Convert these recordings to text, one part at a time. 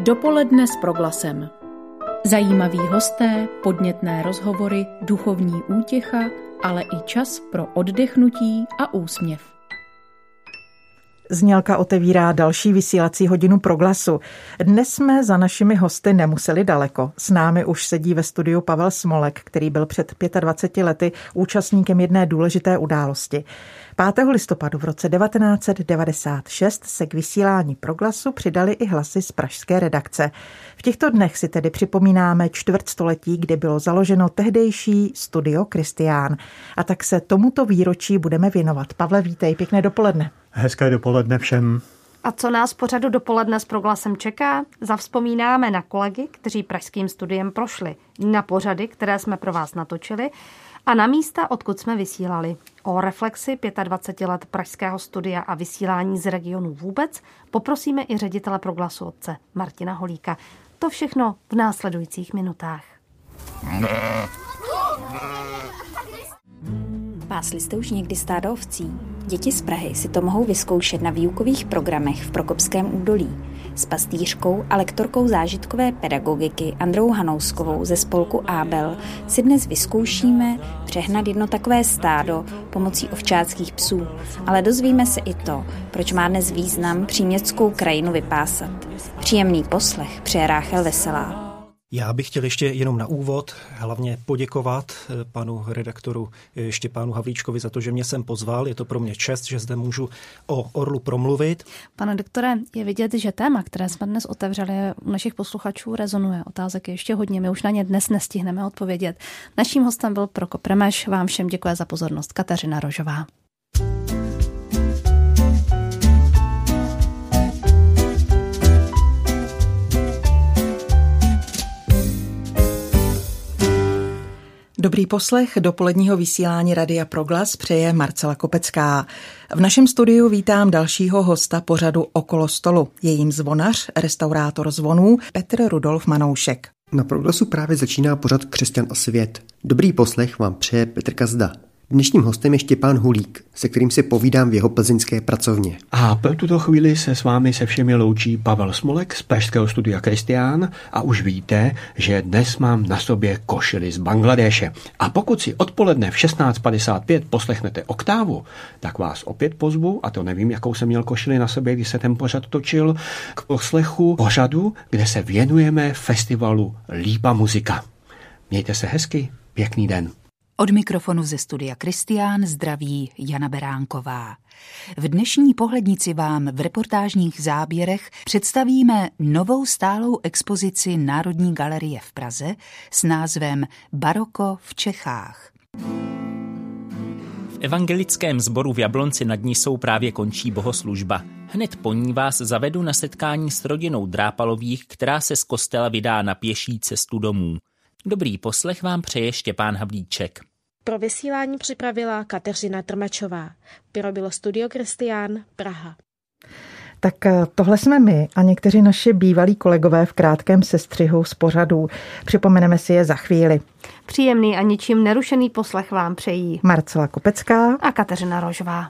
Dopoledne s Proglasem. Zajímaví hosté, podnětné rozhovory, duchovní útěcha, ale i čas pro oddechnutí a úsměv. Znělka otevírá další vysílací hodinu Proglasu. Dnes jsme za našimi hosty nemuseli daleko. S námi už sedí ve studiu Pavel Smolek, který byl před 25 lety účastníkem jedné důležité události. 5. listopadu v roce 1996 se k vysílání Proglasu přidali i hlasy z pražské redakce. V těchto dnech si tedy připomínáme čtvrtstoletí, kdy bylo založeno tehdejší Studio Kristián. A tak se tomuto výročí budeme věnovat. Pavle, vítej, pěkné dopoledne. Hezké dopoledne všem. A co nás pořadu Dopoledne s Proglasem čeká? Zavzpomínáme na kolegy, kteří pražským studiem prošli, na pořady, které jsme pro vás natočili a na místa, odkud jsme vysílali. O reflexi 25 let pražského studia a vysílání z regionu vůbec poprosíme i ředitele Proglasu otce Martina Holíka. To všechno v následujících minutách. Pásli jste už někdy stádo ovcí? Děti z Prahy si to mohou vyzkoušet na výukových programech v Prokopském údolí. S pastýřkou a lektorkou zážitkové pedagogiky Andreou Hanouskovou ze spolku Ábel si dnes vyzkoušíme přehnat jedno takové stádo pomocí ovčáckých psů. Ale dozvíme se i to, proč má dnes význam příměstskou krajinu vypásat. Příjemný poslech přeje Ráchel Veselá. Já bych chtěl ještě jenom na úvod hlavně poděkovat panu redaktoru Štěpánu Havlíčkovi za to, že mě sem pozval. Je to pro mě čest, že zde můžu o orlu promluvit. Pane doktore, je vidět, že téma, které jsme dnes otevřeli, u našich posluchačů rezonuje. Otázek je ještě hodně, my už na ně dnes nestihneme odpovědět. Naším hostem byl Prokop Remeš. Vám všem děkuji za pozornost. Kateřina Rožová. Dobrý poslech dopoledního vysílání Radia Proglas přeje Marcela Kopecká. V našem studiu vítám dalšího hosta pořadu Okolo stolu. Je jím zvonař, restaurátor zvonů Petr Rudolf Manoušek. Na Proglasu právě začíná pořad Křesťan a svět. Dobrý poslech vám přeje Petr Kazda. Dnešním hostem je Štěpán Hulík, se kterým si povídám v jeho plzeňské pracovně. A pro tuto chvíli se s vámi se všemi loučí Pavel Smolek z pražského studia Kristián a už víte, že dnes mám na sobě košili z Bangladéše. A pokud si odpoledne v 16:55 poslechnete Oktávu, tak vás opět pozvu, a to nevím, jakou jsem měl košili na sobě, když se ten pořad točil, k poslechu pořadu, kde se věnujeme festivalu Lípa muzika. Mějte se hezky, pěkný den. Od mikrofonu ze studia Kristián zdraví Jana Beránková. V dnešní pohlednici vám v reportážních záběrech představíme novou stálou expozici Národní galerie v Praze s názvem Baroko v Čechách. V evangelickém sboru v Jablonci nad Nisou právě končí bohoslužba. Hned po ní vás zavedu na setkání s rodinou Drápalových, která se z kostela vydá na pěší cestu domů. Dobrý poslech vám přeje Štěpán Havlíček. Pro vysílání připravila Kateřina Trmačová. Vyrobilo Studio Kristián, Praha. Tak tohle jsme my a někteří naši bývalí kolegové v krátkém sestřihu z pořadů. Připomeneme si je za chvíli. Příjemný a ničím nerušený poslech vám přejí Marcela Kopecká a Kateřina Rožová.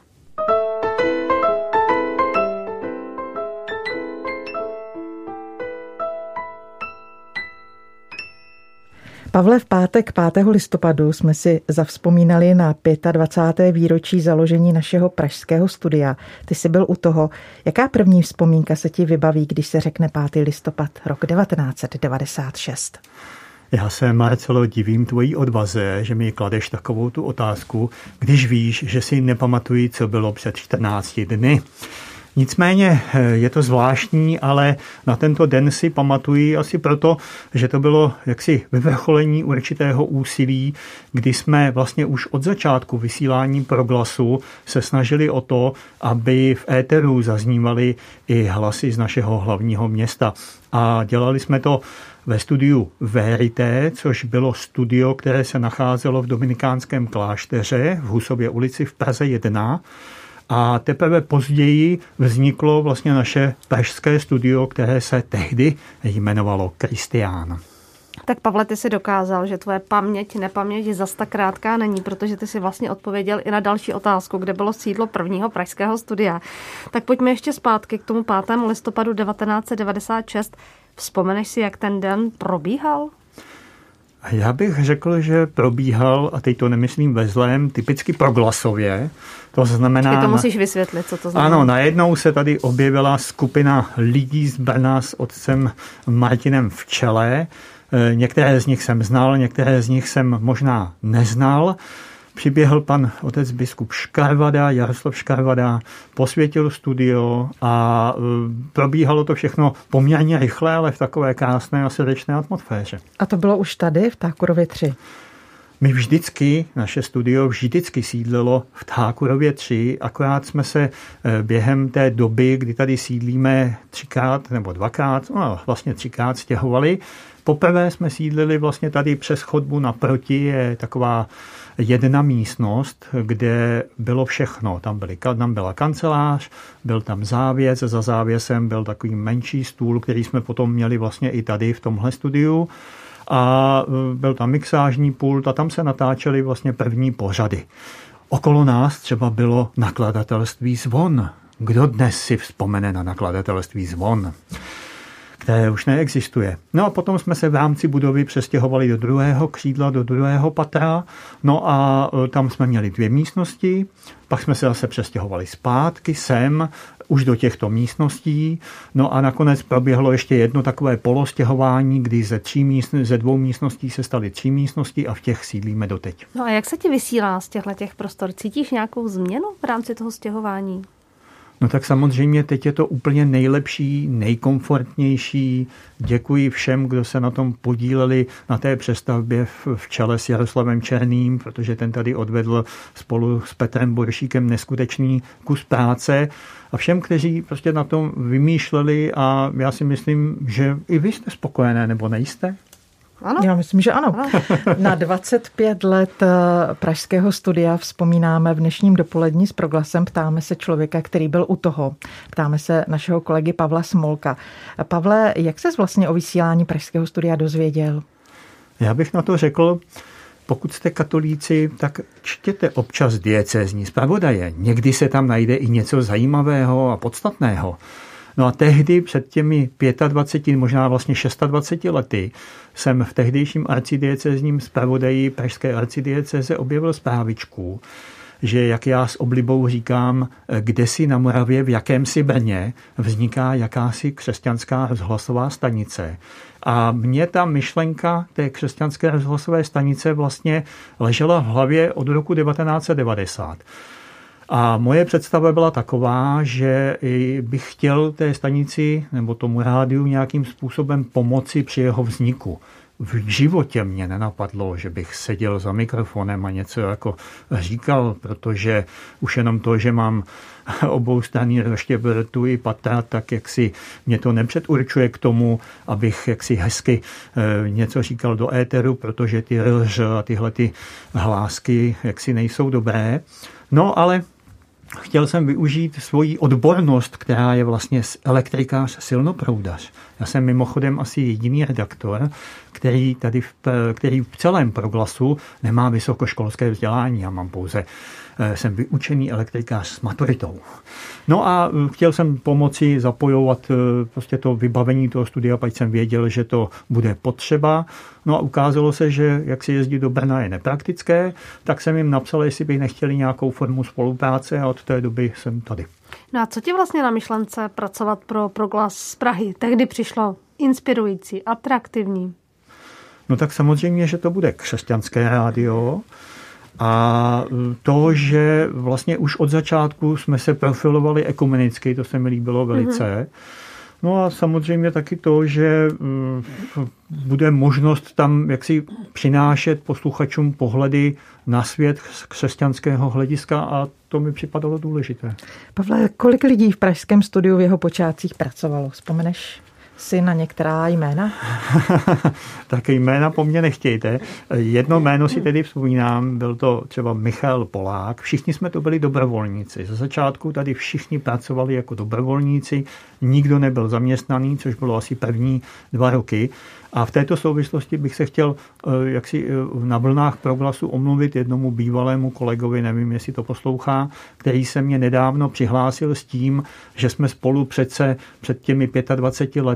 Pavle, v pátek 5. listopadu jsme si zavzpomínali na 25. výročí založení našeho pražského studia. Ty jsi byl u toho. Jaká první vzpomínka se ti vybaví, když se řekne 5. listopad rok 1996? Já se, Marcelo, divím tvojí odvaze, že mi kladeš takovou tu otázku, když víš, že si nepamatuji, co bylo před 14 dny. Nicméně je to zvláštní, ale na tento den si pamatuji asi proto, že to bylo jaksi vyvrcholení určitého úsilí, kdy jsme vlastně už od začátku vysílání Proglasu se snažili o to, aby v éteru zaznívaly i hlasy z našeho hlavního města. A dělali jsme to ve studiu Verité, což bylo studio, které se nacházelo v Dominikánském klášteře v Husově ulici v Praze 1. A teprve později vzniklo vlastně naše pražské studio, které se tehdy jmenovalo Kristián. Tak Pavle, ty si dokázal, že tvoje nepaměť zas tak krátká není, protože ty si vlastně odpověděl i na další otázku, kde bylo sídlo prvního pražského studia. Tak pojďme ještě zpátky k tomu 5. listopadu 1996. Vzpomeneš si, jak ten den probíhal? Já bych řekl, že probíhal, a teď to nemyslím ve zlém, typicky proglasově. To znamená... To musíš vysvětlit, co to znamená. Ano, najednou se tady objevila skupina lidí z Brna s otcem Martinem v čele. Některé z nich jsem znal, některé z nich jsem možná neznal. Přiběhl pan otec biskup Škarvada, Jaroslav Škarvada, posvětil studio a probíhalo to všechno poměrně rychle, ale v takové krásné a srdečné atmosféře. A to bylo už tady v Tákurově 3? My vždycky, naše studio vždycky sídlilo v Tákurově 3, akorát jsme se během té doby, kdy tady sídlíme 3krát nebo 2krát, no vlastně 3krát stěhovali. Poprvé jsme sídlili vlastně tady přes chodbu naproti, je taková jedna místnost, kde bylo všechno. Tam byla kancelář, byl tam závěs, za závěsem byl takový menší stůl, který jsme potom měli vlastně i tady v tomhle studiu. A byl tam mixážní pult a tam se natáčely vlastně první pořady. Okolo nás třeba bylo nakladatelství Zvon. Kdo dnes si vzpomene na nakladatelství Zvon, které už neexistuje. No a potom jsme se v rámci budovy přestěhovali do druhého křídla, do druhého patra. No a tam jsme měli 2 místnosti. Pak jsme se zase přestěhovali zpátky sem, už do těchto místností. No a nakonec proběhlo ještě jedno takové polostěhování, kdy ze 2 místností se staly 3 místnosti a v těch sídlíme doteď. No a jak se ti vysílá z těch prostor? Cítíš nějakou změnu v rámci toho stěhování? No tak samozřejmě teď je to úplně nejlepší, nejkomfortnější. Děkuji všem, kdo se na tom podíleli na té přestavbě v čele s Jaroslavem Černým, protože ten tady odvedl spolu s Petrem Boršíkem neskutečný kus práce. A všem, kteří prostě na tom vymýšleli, a já si myslím, že i vy jste spokojené, nebo nejste? Ano. Já myslím, že ano. Na 25 let pražského studia vzpomínáme v dnešním dopolední s Proglasem. Ptáme se člověka, který byl u toho. Ptáme se našeho kolegy Pavla Smolka. Pavle, jak ses vlastně o vysílání pražského studia dozvěděl? Já bych na to řekl, pokud jste katolíci, tak čtěte občas diecézní zpravodaje. Někdy se tam najde i něco zajímavého a podstatného. No a tehdy před těmi 25, možná vlastně 26 lety jsem v tehdejším arcidiecézním zpravodaji pražské arcidiecéze objevil zprávičku, že, jak já s oblibou říkám, kdesi na Moravě v jakémsi Brně vzniká jakási křesťanská rozhlasová stanice. A mně ta myšlenka té křesťanské rozhlasové stanice vlastně ležela v hlavě od roku 1990. A moje představa byla taková, že bych chtěl té stanici nebo tomu rádiu nějakým způsobem pomoci při jeho vzniku. V životě mě nenapadlo, že bych seděl za mikrofonem a něco jako říkal, protože už jenom to, že mám oboustranný roštěbrtu i patra, tak jaksi mě to nepředurčuje k tomu, abych jaksi hezky něco říkal do éteru, protože ty rž a tyhle ty hlásky jaksi nejsou dobré. No ale chtěl jsem využít svoji odbornost, která je vlastně elektrikář, silnoproudař. Já jsem mimochodem asi jediný redaktor, který v celém Proglasu nemá vysokoškolské vzdělání. Já mám pouze, jsem vyučený elektrikář s maturitou. No a chtěl jsem pomoci zapojovat prostě to vybavení toho studia, pak jsem věděl, že to bude potřeba. No a ukázalo se, že jak si jezdit do Brna je nepraktické, tak jsem jim napsal, jestli by nechtěli nějakou formu spolupráce, a od té doby jsem tady. No a co ti vlastně na myšlence pracovat pro Proglas z Prahy tehdy přišlo inspirující, atraktivní? No tak samozřejmě, že to bude křesťanské rádio a to, že vlastně už od začátku jsme se profilovali ekumenicky, to se mi líbilo velice. No a samozřejmě taky to, že bude možnost tam jaksi přinášet posluchačům pohledy na svět z křesťanského hlediska, a to mi připadalo důležité. Pavle, kolik lidí v pražském studiu v jeho počátcích pracovalo? Vzpomeneš si na některá jména? Tak jména po mně nechtějte. Jedno jméno si tedy vzpomínám, byl to třeba Michal Polák. Všichni jsme to byli dobrovolníci. Ze začátku tady všichni pracovali jako dobrovolníci, nikdo nebyl zaměstnaný, což bylo asi první 2 roky. A v této souvislosti bych se chtěl jaksi na vlnách Proglasu omluvit jednomu bývalému kolegovi, nevím, jestli to poslouchá, který se mě nedávno přihlásil s tím, že jsme spolu přece před těmi 25 lety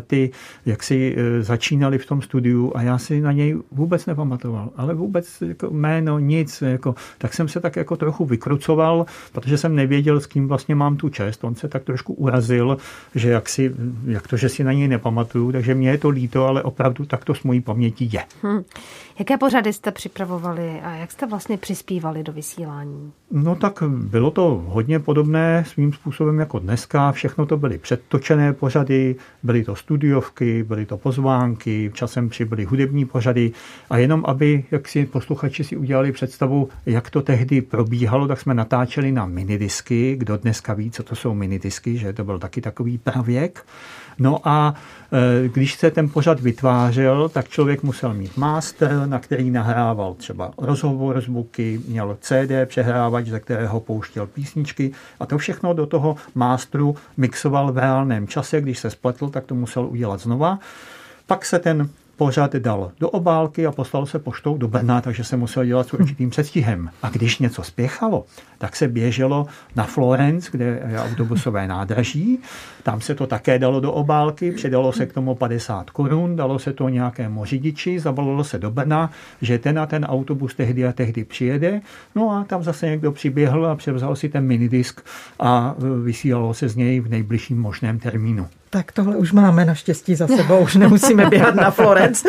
party, jak si začínali v tom studiu a já si na něj vůbec nepamatoval, ale vůbec jako jméno, nic, jako, tak jsem se tak jako trochu vykrucoval, protože jsem nevěděl, s kým vlastně mám tu čest. On se tak trošku urazil, že jak to, že si na něj nepamatuju, takže mě je to líto, ale opravdu tak to s mojí pamětí je. Jaké pořady jste připravovali a jak jste vlastně přispívali do vysílání? No tak bylo to hodně podobné svým způsobem jako dneska. Všechno to byly předtočené pořady, byly to studiovky, byly to pozvánky, časem přibyly hudební pořady a jenom aby, jak si posluchači si udělali představu, jak to tehdy probíhalo, tak jsme natáčeli na minidisky. Kdo dneska ví, co to jsou minidisky, že to byl taky takový pravěk. No a když se ten pořad vytvářel, tak člověk musel mít master, na který nahrával třeba rozhovor, zvuky, měl CD přehrávač, ze kterého pouštěl písničky a to všechno do toho masteru mixoval v reálném čase. Když se spletl, tak to musel udělat znova. Pak se ten pořad dal do obálky a poslal se poštou do Brna, takže se musel dělat s určitým předstihem. A když něco spěchalo, tak se běželo na Florence, kde je autobusové nádraží. Tam se to také dalo do obálky, přidalo se k tomu 50 korun, dalo se to nějakému řidiči, zavolalo se do Brna, že ten a ten autobus tehdy a tehdy přijede. No a tam zase někdo přiběhl a převzal si ten minidisk a vysílalo se z něj v nejbližším možném termínu. Tak tohle už máme naštěstí za sebou, už nemusíme běhat na Florence.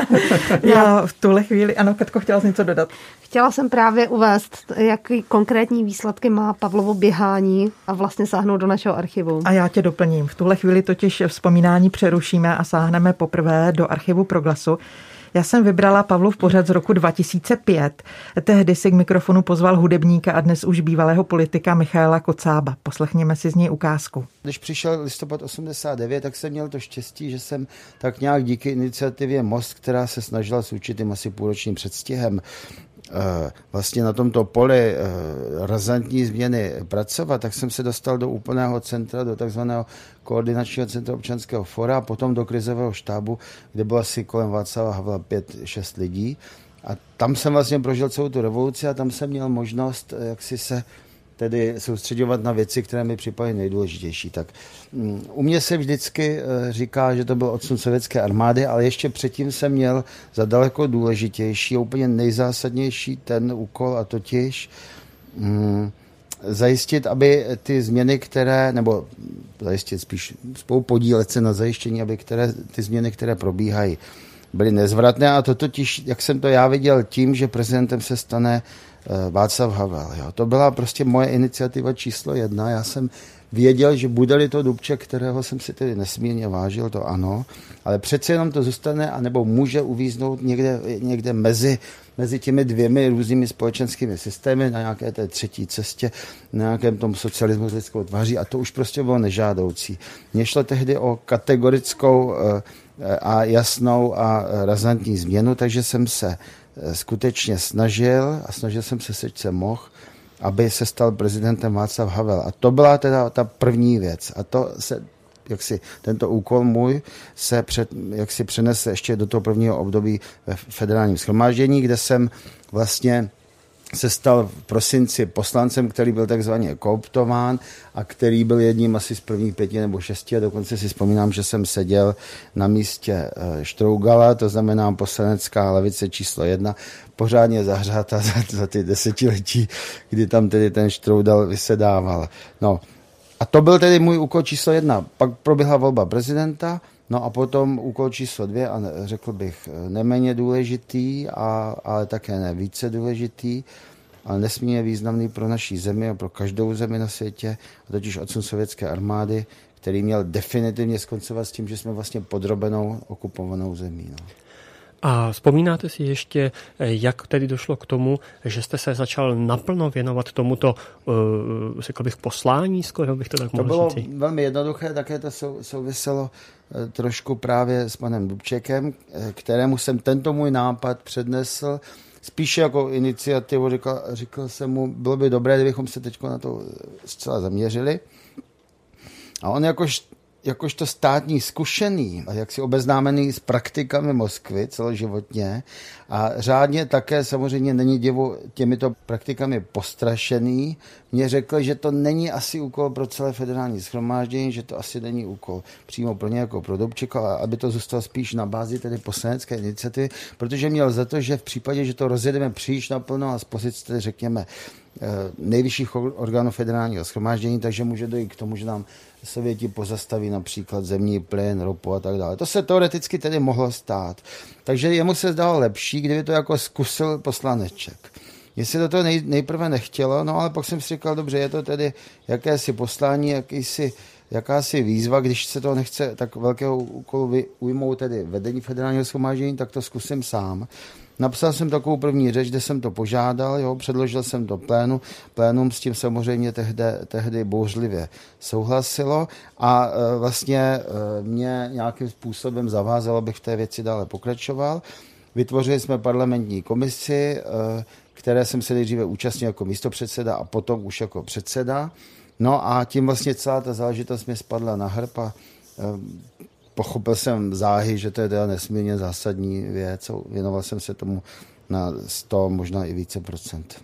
Já v tuhle chvíli, ano, Katko, chtěla jsi něco dodat? Chtěla jsem právě uvést, jaký konkrétní výsledky má Pavlovo běhání a vlastně sáhnout do našeho archivu. A já tě doplním. V tuhle chvíli totiž vzpomínání přerušíme a sáhneme poprvé do archivu Proglasu. Já jsem vybrala Pavlův pořad z roku 2005. Tehdy si k mikrofonu pozval hudebníka a dnes už bývalého politika Michaela Kocába. Poslechněme si z něj ukázku. Když přišel listopad 89, tak jsem měl to štěstí, že jsem tak nějak díky iniciativě Most, která se snažila s určitým asi půlročním předstihem vlastně na tomto poli razantní změny pracovat, tak jsem se dostal do úplného centra, do takzvaného koordinačního centra občanského fora a potom do krizového štábu, kde bylo asi kolem Václava Havla 5-6 lidí. A tam jsem vlastně prožil celou tu revoluci a tam jsem měl možnost jak si se tedy soustředovat na věci, které mi připadají nejdůležitější. Tak u mě se vždycky říká, že to byl odsun sovětské armády, ale ještě předtím jsem měl za daleko důležitější a úplně nejzásadnější ten úkol a totiž zajistit, aby ty změny, nebo zajistit spíš spolupodílet se na zajištění, aby ty změny, které probíhají, byly nezvratné a to totiž, jak jsem to já viděl tím, že prezidentem se stane Václav Havel. Jo. To byla prostě moje iniciativa číslo 1. Já jsem věděl, že bude-li to Dubček, kterého jsem si tedy nesmírně vážil, to ano, ale přece jenom to zůstane, anebo může uvíznout někde mezi těmi dvěmi různými společenskými systémy na nějaké té třetí cestě, na nějakém tom socialismu s lidskou tváří a to už prostě bylo nežádoucí. Mně šlo tehdy o kategorickou a jasnou a razantní změnu, takže jsem se skutečně snažil jsem se, seč se mohl, aby se stal prezidentem Václav Havel. A to byla teda ta první věc. A to se, tento úkol můj se přenesl ještě do toho prvního období ve federálním shromáždění, kde jsem vlastně se stal v prosinci poslancem, který byl takzvaně kooptován a který byl jedním asi z prvních 5 nebo 6 a dokonce si vzpomínám, že jsem seděl na místě Štrougala, to znamená poslanecká lavice číslo 1, pořádně zahřátá za ty desetiletí, kdy tam tedy ten Štroudal vysedával. No a to byl tedy můj úkol číslo 1. Pak proběhla volba prezidenta, no a potom úkol číslo 2, a řekl bych neméně důležitý, ale také ne více důležitý, ale nesmírně významný pro naší zemi a pro každou zemi na světě, a totiž odsun sovětské armády, který měl definitivně skoncovat s tím, že jsme vlastně podrobenou okupovanou zemí. No. A vzpomínáte si ještě, jak tedy došlo k tomu, že jste se začal naplno věnovat tomuto, řekl bych, poslání, skoro bych to tak mohl říct? To bylo velmi jednoduché, také to souviselo trošku právě s panem Dubčekem, kterému jsem tento můj nápad přednesl, spíše jako iniciativu, říkal jsem mu, bylo by dobré, kdybychom se teď na to zcela zaměřili. A on jakož jakožto státní zkušený a jaksi obeznámený s praktikami Moskvy celoživotně a řádně také samozřejmě není divu těmito praktikami postrašený, mě řekl, že to není asi úkol pro celé federální shromáždění, že to asi není úkol přímo pro ně jako pro Dobčíka, ale aby to zůstalo spíš na bázi tedy poslanecké iniciativy, protože měl za to, že v případě, že to rozjedeme příliš naplno a z pozic tedy řekněme nejvyšších orgánů federálního shromáždění, takže může dojít k tomu, že nám Sověti pozastaví například zemní plyn, ropu a tak dále. To se teoreticky tedy mohlo stát. Takže jemu se zdálo lepší, kdyby to jako zkusil poslaneček. Jestli do toho nejprve nechtělo, no ale pak jsem si říkal, dobře, je to tedy jakési poslání, jakási výzva, když se toho nechce tak velkého úkolu ujmout tedy vedení federálního shromáždění, tak to zkusím sám. Napsal jsem takovou první řeč, kde jsem to požádal, předložil jsem to plénu. Plénum s tím samozřejmě tehdy bouřlivě souhlasilo a vlastně mě nějakým způsobem zavázalo, abych v té věci dále pokračoval. Vytvořili jsme parlamentní komisi, které jsem se nejdříve účastnil jako místopředseda a potom už jako předseda. No a tím vlastně celá ta záležitost mi spadla na hrb a pochopil jsem záhy, že to je teda nesmírně zásadní věc. Věnoval jsem se tomu na 100, možná i více procent.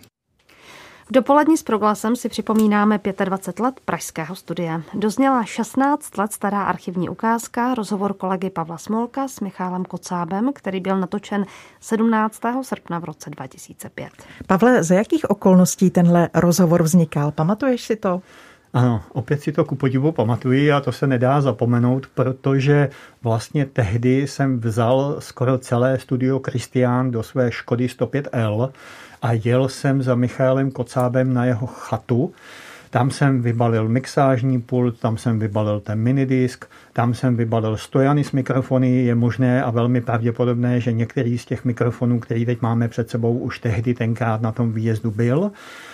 V dopolední s Proglasem si připomínáme 25 let pražského studia. Dozněla 16 let stará archivní ukázka, rozhovor kolegy Pavla Smolka s Michálem Kocábem, který byl natočen 17. srpna v roce 2005. Pavle, za jakých okolností tenhle rozhovor vznikal? Pamatuješ si to? Ano, opět si to ku podivu pamatuji a to se nedá zapomenout, protože vlastně tehdy jsem vzal skoro celé studio Kristián do své Škody 105L a jel jsem za Michálem Kocábem na jeho chatu. Tam jsem vybalil mixážní pult, tam jsem vybalil ten minidisk, tam jsem vybalil stojany s mikrofony. Je možné a velmi pravděpodobné, že některý z těch mikrofonů, který teď máme před sebou, už tehdy tenkrát na tom výjezdu byl.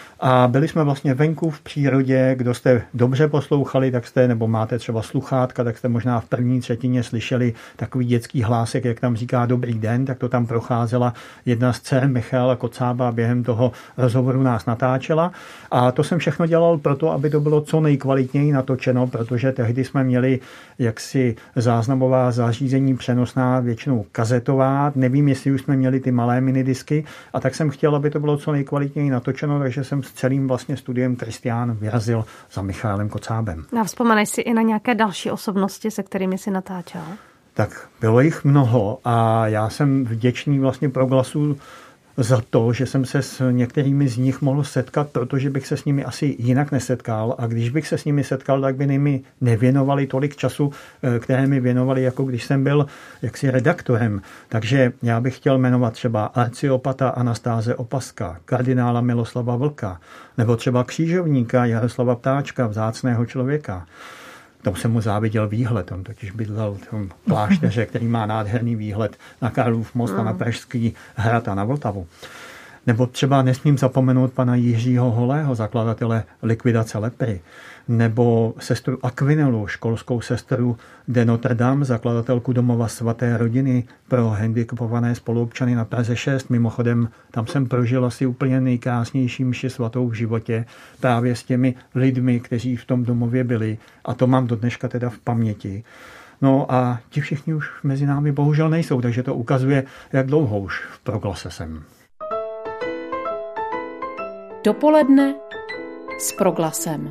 A byli jsme vlastně venku v přírodě, kdo jste dobře poslouchali, tak jste, nebo máte třeba sluchátka, tak jste možná v první třetině slyšeli takový dětský hlásek, jak tam říká dobrý den, tak to tam procházela jedna z dcer Michala Kocába, během toho rozhovoru nás natáčela. A to jsem všechno dělal proto, aby to bylo co nejkvalitněji natočeno, protože tehdy jsme měli jaksi záznamová zařízení přenosná, většinou kazetová, nevím, jestli už jsme měli ty malé minidisky, a tak jsem chtěl, aby to bylo co nejkvalitněji natočeno, takže jsem s celým vlastně studiem Kristián vyrazil za Michálem Kocábem. A vzpomeneš si i na nějaké další osobnosti, se kterými si natáčel? Tak bylo jich mnoho a já jsem vděčný vlastně Proglasu za to, že jsem se s některými z nich mohl setkat, protože bych se s nimi asi jinak nesetkal a když bych se s nimi setkal, tak by mi nevěnovali tolik času, které mi věnovali, jako když jsem byl jaksi redaktorem. Takže já bych chtěl jmenovat třeba arciopata Anastáze Opaska, kardinála Miloslava Vlka, nebo třeba křižovníka Jaroslava Ptáčka, vzácného člověka. Tam jsem mu záviděl výhled, on totiž bydlel v tom klášteře, který má nádherný výhled na Karlův most a na Pražský hrad a na Vltavu. Nebo třeba nesmím zapomenout pana Jiřího Holého, zakladatele likvidace lepry. Nebo sestru Aquinelu, školskou sestru de Notre Dame, zakladatelku domova svaté rodiny pro handicapované spoluobčany na Praze 6. Mimochodem, tam jsem prožil asi úplně nejkrásnější mši svatou v životě právě s těmi lidmi, kteří v tom domově byli. A to mám do dneška teda v paměti. No a ti všichni už mezi námi bohužel nejsou, takže to ukazuje, jak dlouho už v Proglase jsem. Dopoledne s Proglasem.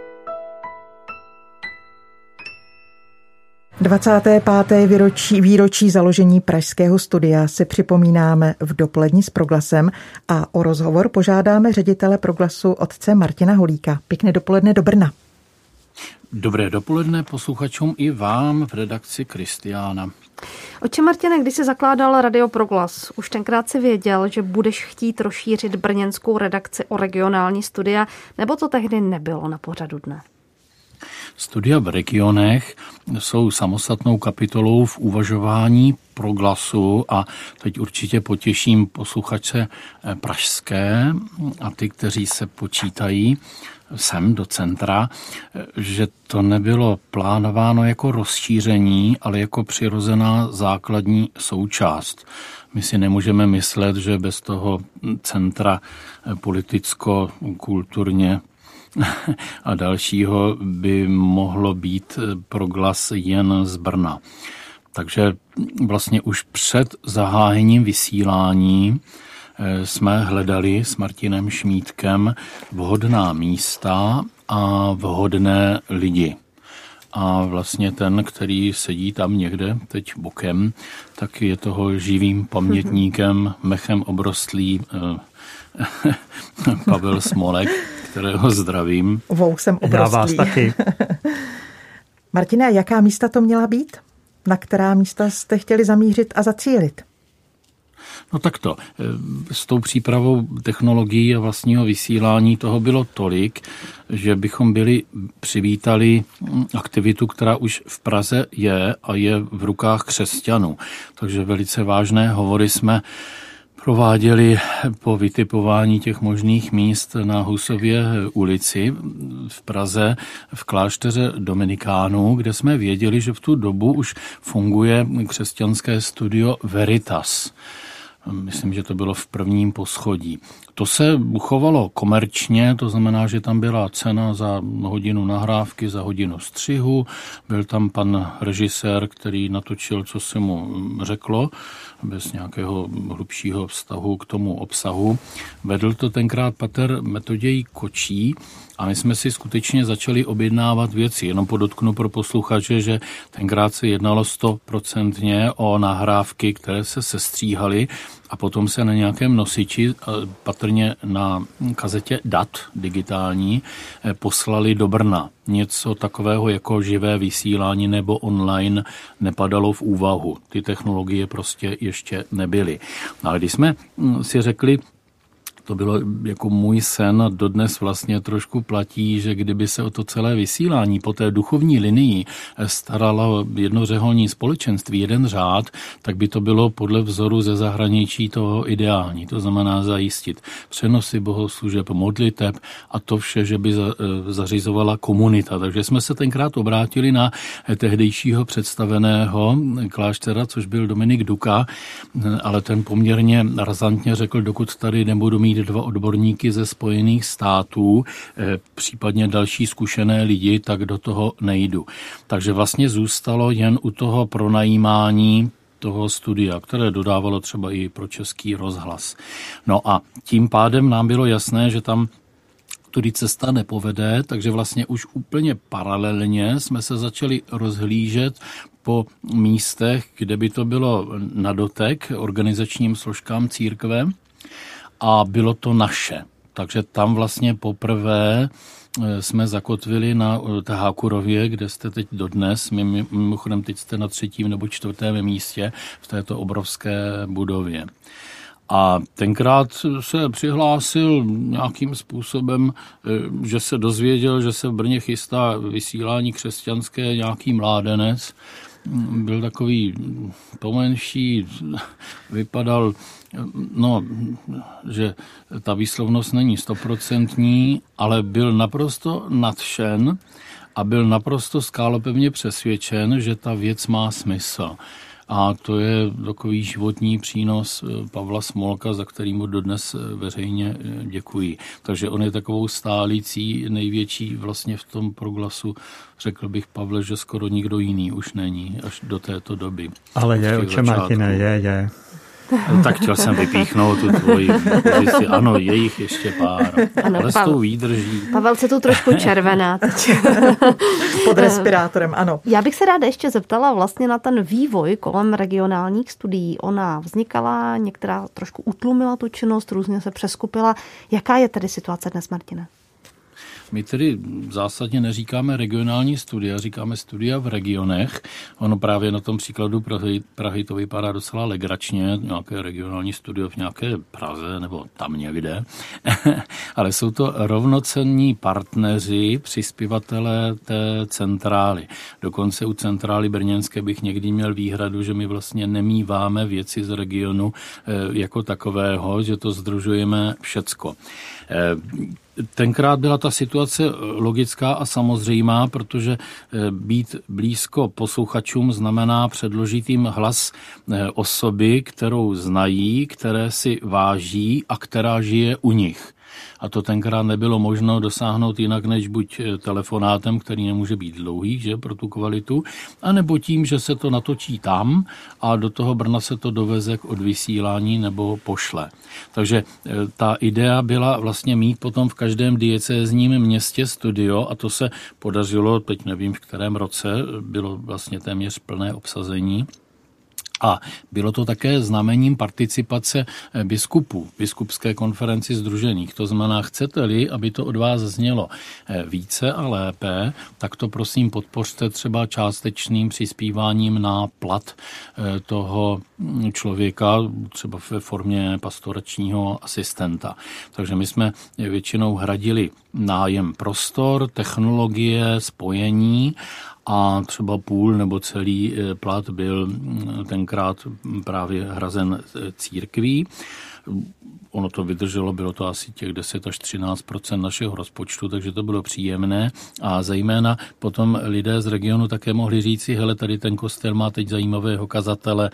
25. výročí založení Pražského studia si připomínáme v Dopolední s Proglasem a o rozhovor požádáme ředitele Proglasu otce Martina Holíka. Pěkné dopoledne do Brna. Dobré dopoledne posluchačům i vám v redakci Kristiána. Otče Martine, když jsi zakládal Radio Proglas, už tenkrát si věděl, že budeš chtít rozšířit brněnskou redakci o regionální studia, nebo to tehdy nebylo na pořadu dne? Studia v regionech jsou samostatnou kapitolou v uvažování Proglasu a teď určitě potěším posluchače pražské a ty, kteří se počítají sem do centra, že to nebylo plánováno jako rozšíření, ale jako přirozená základní součást. My si nemůžeme myslet, že bez toho centra politicko-kulturně a dalšího by mohlo být proglas jen z Brna. Takže vlastně už před zahájením vysílání jsme hledali s Martinem Šmídkem vhodná místa a vhodné lidi. A vlastně ten, který sedí tam někde teď bokem, tak je toho živým pamětníkem, mechem obrostlý Pavel Smolek, kterého zdravím. Vousem obrostlý. Já vás taky. Martine, jaká místa to měla být? Na která místa jste chtěli zamířit a zacílit? No takto, s tou přípravou technologií a vlastního vysílání toho bylo tolik, že bychom přivítali aktivitu, která už v Praze je a je v rukách křesťanů. Takže velice vážné hovory jsme prováděli po vytipování těch možných míst na Husově ulici v Praze v klášteře Dominikánů, kde jsme věděli, že v tu dobu už funguje křesťanské studio Veritas. Myslím, že to bylo v prvním poschodí. To se chovalo komerčně, to znamená, že tam byla cena za hodinu nahrávky, za hodinu střihu. Byl tam pan režisér, který natočil, co se mu řeklo, bez nějakého hlubšího vztahu k tomu obsahu. Vedl to tenkrát pater Metoděj Kočí a my jsme si skutečně začali objednávat věci. Jenom podotknu pro posluchače, že tenkrát se jednalo 100% o nahrávky, které se sestříhaly a potom se na nějakém nosiči, patrně na kazetě dat digitální, poslali do Brna. Něco takového jako živé vysílání nebo online nepadalo v úvahu. Ty technologie prostě ještě nebyly. Ale když jsme si řekli, to bylo jako můj sen a dodnes vlastně trošku platí, že kdyby se o to celé vysílání po té duchovní linii staralo jednořeholní společenství, jeden řád, tak by to bylo podle vzoru ze zahraničí toho ideální. To znamená zajistit přenosy bohoslužeb, modliteb a to vše, že by zařizovala komunita. Takže jsme se tenkrát obrátili na tehdejšího představeného kláštera, což byl Dominik Duka, ale ten poměrně razantně řekl, dokud tady nebudu mít 2 odborníky ze Spojených států, případně další zkušené lidi, tak do toho nejdu. Takže vlastně zůstalo jen u toho pronajímání toho studia, které dodávalo třeba i pro Český rozhlas. No a tím pádem nám bylo jasné, že tam tudy cesta nepovede, takže vlastně už úplně paralelně jsme se začali rozhlížet po místech, kde by to bylo na dotek organizačním složkám církve, a bylo to naše. Takže tam vlastně poprvé jsme zakotvili na Hákurově, kde jste teď dodnes. Mimochodem teď jste na 3. nebo 4. místě v této obrovské budově. A tenkrát se přihlásil nějakým způsobem, že se dozvěděl, že se v Brně chystá vysílání křesťanské, nějaký mládenec. Byl takový pomenší, vypadal, že ta výslovnost není 100%, ale byl naprosto nadšen a byl naprosto skálopevně přesvědčen, že ta věc má smysl. A to je takový životní přínos Pavla Smolka, za který mu dodnes veřejně děkuji. Takže on je takovou stálící největší vlastně v tom proglasu, řekl bych, Pavle, že skoro nikdo jiný už není až do této doby. Ale je, oče Martine, je. Tak chtěl jsem vypíchnout tu tvoji pozici. Ano, je jich ještě pár. Ano, ale s tou výdrží. Pavel se tu trošku červená. Pod respirátorem, ano. Já bych se ráda ještě zeptala vlastně na ten vývoj kolem regionálních studií. Ona vznikala, některá trošku utlumila tu činnost, různě se přeskupila. Jaká je tedy situace dnes, Martine? My tedy zásadně neříkáme regionální studia, říkáme studia v regionech. Ono právě na tom příkladu Prahy to vypadá docela legračně, nějaké regionální studio v nějaké Praze nebo tam někde. Ale jsou to rovnocenní partneři, přispěvatelé té centrály. Dokonce u centrály brněnské bych někdy měl výhradu, že my vlastně nemíváme věci z regionu jako takového, že to sdružujeme všecko. Tenkrát byla ta situace logická a samozřejmá, protože být blízko posluchačům znamená předložit jim hlas osoby, kterou znají, které si váží a která žije u nich. A to tenkrát nebylo možno dosáhnout jinak než buď telefonátem, který nemůže být dlouhý, že, pro tu kvalitu, anebo tím, že se to natočí tam a do toho Brna se to doveze k odvysílání nebo pošle. Takže ta idea byla vlastně mít potom v každém diecézním městě studio a to se podařilo, teď nevím v kterém roce, bylo vlastně téměř plné obsazení. A bylo to také znamením participace biskupů, biskupské konferenci sdružených. To znamená, chcete-li, aby to od vás znělo více a lépe, tak to prosím podpořte třeba částečným přispíváním na plat toho člověka, třeba ve formě pastoračního asistenta. Takže my jsme většinou hradili nájem prostor, technologie, spojení a třeba půl nebo celý plat byl tenkrát právě hrazen církví. Ono to vydrželo, bylo to asi těch 10 až 13% našeho rozpočtu, takže to bylo příjemné a zejména potom lidé z regionu také mohli říci, hele, tady ten kostel má teď zajímavého kazatele,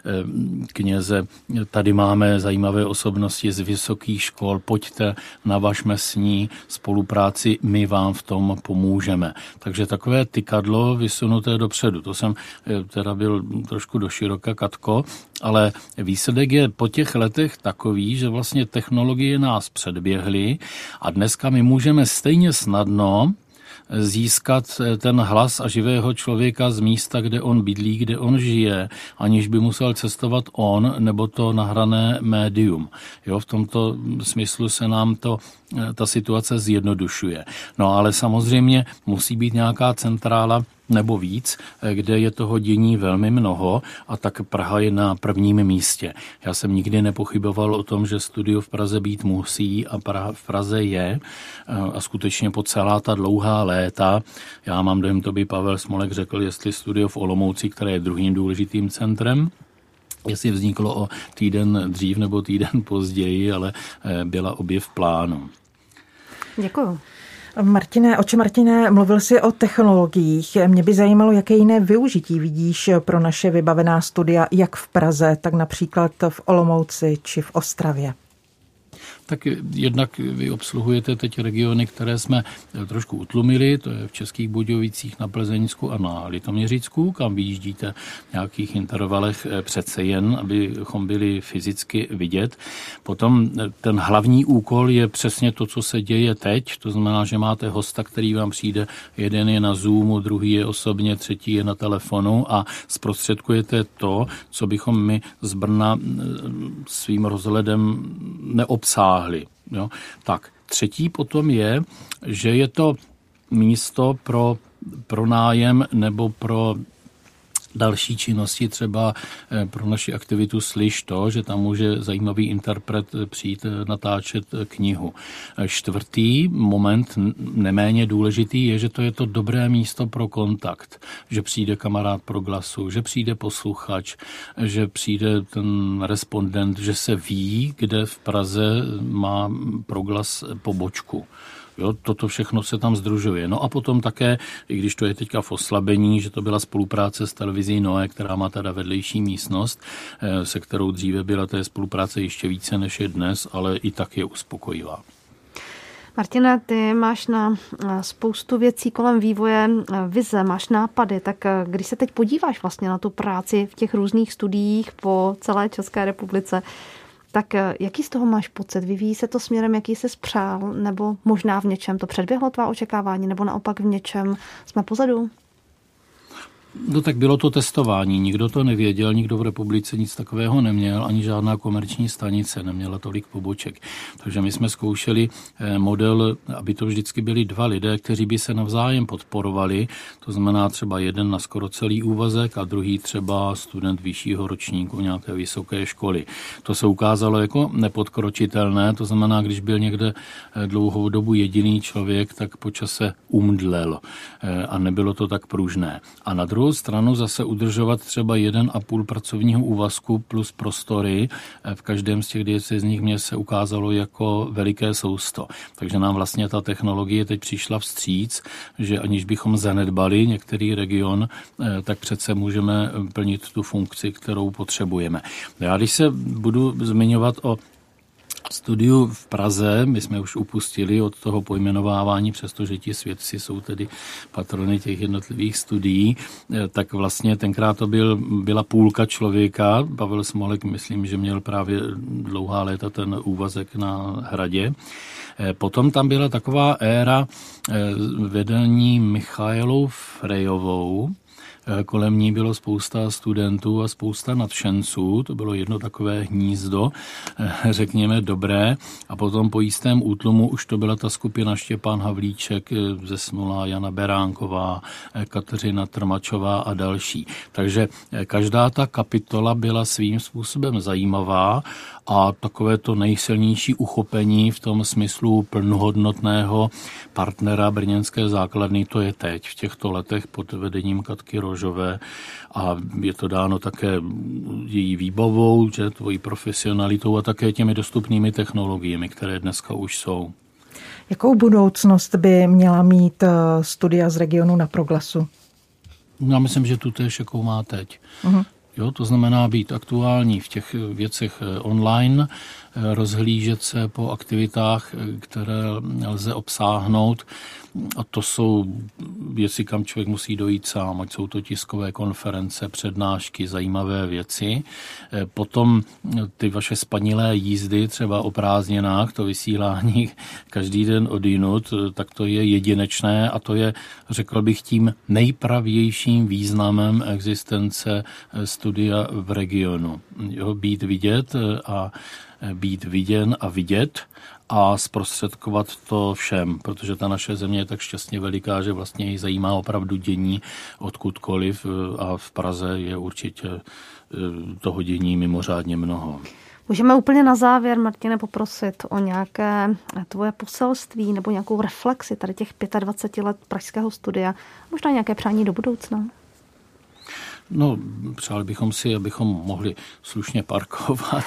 kněze, tady máme zajímavé osobnosti z vysokých škol, pojďte, navažme s ní spolupráci, my vám v tom pomůžeme. Takže takové tykadlo vysunuté dopředu. To jsem teda byl trošku doširoka, Katko, ale výsledek je po těch letech takový, že vlastně technologie nás předběhly a dneska my můžeme stejně snadno získat ten hlas a živého člověka z místa, kde on bydlí, kde on žije, aniž by musel cestovat on nebo to nahrané médium. Jo, v tomto smyslu se nám ta situace zjednodušuje. No ale samozřejmě musí být nějaká centrála nebo víc, kde je toho dění velmi mnoho a tak Praha je na prvním místě. Já jsem nikdy nepochyboval o tom, že studio v Praze být musí a Praha v Praze je a skutečně po celá ta dlouhá léta, já mám dojem, to by Pavel Smolek řekl, jestli studio v Olomouci, které je druhým důležitým centrem, jestli vzniklo o týden dřív nebo týden později, ale byla obě v plánu. Děkuju. Martine, mluvil jsi o technologiích. Mě by zajímalo, jaké jiné využití vidíš pro naše vybavená studia, jak v Praze, tak například v Olomouci či v Ostravě. Tak jednak vy obsluhujete teď regiony, které jsme trošku utlumili, to je v Českých Budějovicích, na Plzeňsku a na Litoměřicku, kam vyjíždíte v nějakých intervalech přece jen, abychom byli fyzicky vidět. Potom ten hlavní úkol je přesně to, co se děje teď, to znamená, že máte hosta, který vám přijde, jeden je na Zoomu, druhý je osobně, třetí je na telefonu a zprostředkujete to, co bychom my z Brna svým rozhledem neobsáhli. Jo. Tak, třetí potom je, že je to místo pro nájem nebo pro další činnosti, třeba pro naši aktivitu Slyš to, že tam může zajímavý interpret přijít natáčet knihu. Čtvrtý moment, neméně důležitý, je, že to je to dobré místo pro kontakt. Že přijde kamarád Proglasu, že přijde posluchač, že přijde ten respondent, že se ví, kde v Praze má Proglas pobočku. Jo, toto všechno se tam sdružuje. No a potom také, i když to je teďka v oslabení, že to byla spolupráce s televizí Noe, která má teda vedlejší místnost, se kterou dříve byla té spolupráce ještě více než je dnes, ale i tak je uspokojivá. Martina, ty máš na spoustu věcí kolem vývoje vize, máš nápady, tak když se teď podíváš vlastně na tu práci v těch různých studiích po celé České republice, tak jaký z toho máš pocit? Vyvíjí se to směrem, jaký jsi přál? Nebo možná v něčem to předběhlo tvá očekávání? Nebo naopak v něčem jsme pozadu? No tak bylo to testování, nikdo to nevěděl, nikdo v republice nic takového neměl, ani žádná komerční stanice neměla tolik poboček. Takže my jsme zkoušeli model, aby to vždycky byli dva lidé, kteří by se navzájem podporovali, to znamená třeba jeden na skoro celý úvazek a druhý třeba student vyššího ročníku nějaké vysoké školy. To se ukázalo jako nepodkročitelné, to znamená, když byl někde dlouhou dobu jediný člověk, tak po čase umdlel a nebylo to tak pružné. A na druhou stranu zase udržovat třeba 1,5 pracovního úvazku plus prostory v každém z těch diecézních měst se ukázalo jako veliké sousto. Takže nám vlastně ta technologie teď přišla vstříc, že aniž bychom zanedbali některý region, tak přece můžeme plnit tu funkci, kterou potřebujeme. Já když se budu zmiňovat o studiu v Praze, my jsme už upustili od toho pojmenovávání, přestože ti svědci jsou tedy patrony těch jednotlivých studií, tak vlastně tenkrát to byla půlka člověka. Pavel Smolek, myslím, že měl právě dlouhá léta ten úvazek na Hradě. Potom tam byla taková éra vedení Michailou Frejovou. Kolem ní bylo spousta studentů a spousta nadšenců, to bylo jedno takové hnízdo, řekněme dobré, a potom po jistém útlumu už to byla ta skupina Štěpán Havlíček, Zesnulá, Jana Beránková, Kateřina Trmačová a další. Takže každá ta kapitola byla svým způsobem zajímavá a takové to nejsilnější uchopení v tom smyslu plnohodnotného partnera brněnské základny, to je teď, v těchto letech pod vedením Katky Rožové, a je to dáno také její výbavou, že tvojí profesionalitou a také těmi dostupnými technologiemi, které dneska už jsou. Jakou budoucnost by měla mít studia z regionu na Proglasu? Já myslím, že tu též, jakou má teď. Uh-huh. Jo, to znamená být aktuální v těch věcech online, rozhlížet se po aktivitách, které lze obsáhnout. A to jsou věci, kam člověk musí dojít sám, ať jsou to tiskové konference, přednášky, zajímavé věci. Potom ty vaše spanilé jízdy, třeba o prázdninách, to vysílání každý den odjinud, tak to je jedinečné a to je, řekl bych, tím nejpravějším významem existence studia v regionu. Jo, být vidět a být viděn a vidět a zprostředkovat to všem, protože ta naše země je tak šťastně veliká, že vlastně ji zajímá opravdu dění odkudkoliv a v Praze je určitě toho dění mimořádně mnoho. Můžeme úplně na závěr, Martine, poprosit o nějaké tvoje poselství nebo nějakou reflexi tady těch 25 let pražského studia, možná nějaké přání do budoucna? No, přáli bychom si, abychom mohli slušně parkovat.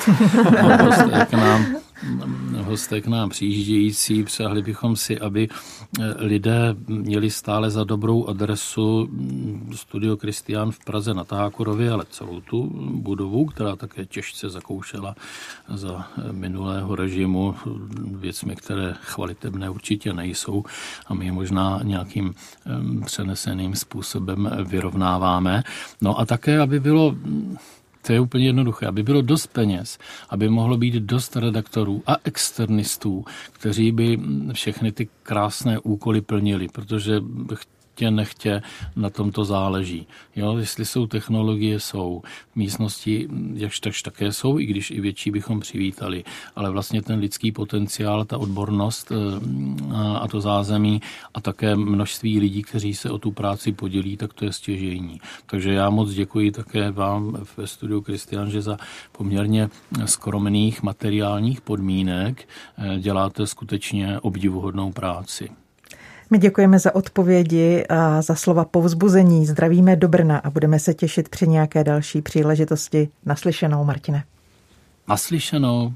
Hosté k nám přijíždějící, přáli bychom si, aby lidé měli stále za dobrou adresu Studio Kristián v Praze na Tákurově, ale celou tu budovu, která také těžce zakoušela za minulého režimu věcmi, které chvalitebné určitě nejsou a my je možná nějakým přeneseným způsobem vyrovnáváme. No a také, aby bylo, to je úplně jednoduché, aby bylo dost peněz, aby mohlo být dost redaktorů a externistů, kteří by všechny ty krásné úkoly plnili, protože nechtě na tomto záleží. Jo, jestli jsou technologie, jsou. Místnosti jakž také jsou, i když i větší bychom přivítali. Ale vlastně ten lidský potenciál, ta odbornost a to zázemí a také množství lidí, kteří se o tu práci podělí, tak to je stěžejní. Takže já moc děkuji také vám ve Studiu Kristián, že za poměrně skromných materiálních podmínek děláte skutečně obdivuhodnou práci. My děkujeme za odpovědi a za slova povzbuzení. Zdravíme do Brna a budeme se těšit při nějaké další příležitosti. Naslyšenou, Martine. Naslyšenou.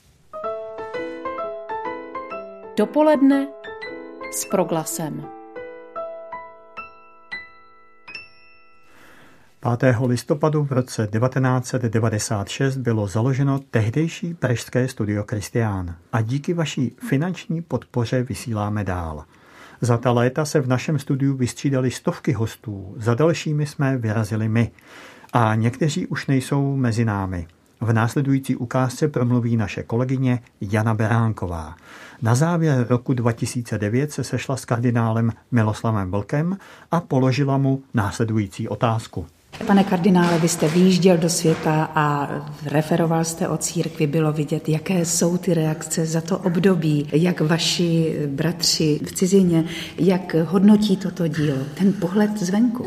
Dopoledne s Proglasem. 5. listopadu v roce 1996 bylo založeno tehdejší pražské Studio Kristián a díky vaší finanční podpoře vysíláme dál. Za ta léta se v našem studiu vystřídali stovky hostů, za dalšími jsme vyrazili my a někteří už nejsou mezi námi. V následující ukázce promluví naše kolegyně Jana Beránková. Na závěr roku 2009 se sešla s kardinálem Miloslavem Vlkem a položila mu následující otázku. Pane kardinále, vy jste vyjížděl do světa a referoval jste o církvi, bylo vidět, jaké jsou ty reakce za to období, jak vaši bratři v cizině, jak hodnotí toto dílo, ten pohled zvenku.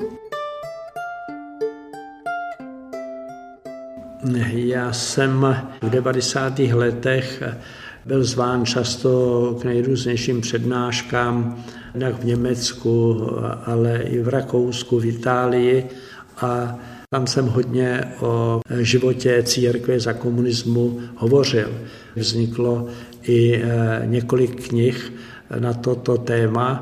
Já jsem v 90. letech byl zván často k nejrůznějším přednáškám, jak v Německu, ale i v Rakousku, v Itálii. A tam jsem hodně o životě církve za komunismu hovořil. Vzniklo i několik knih na toto téma,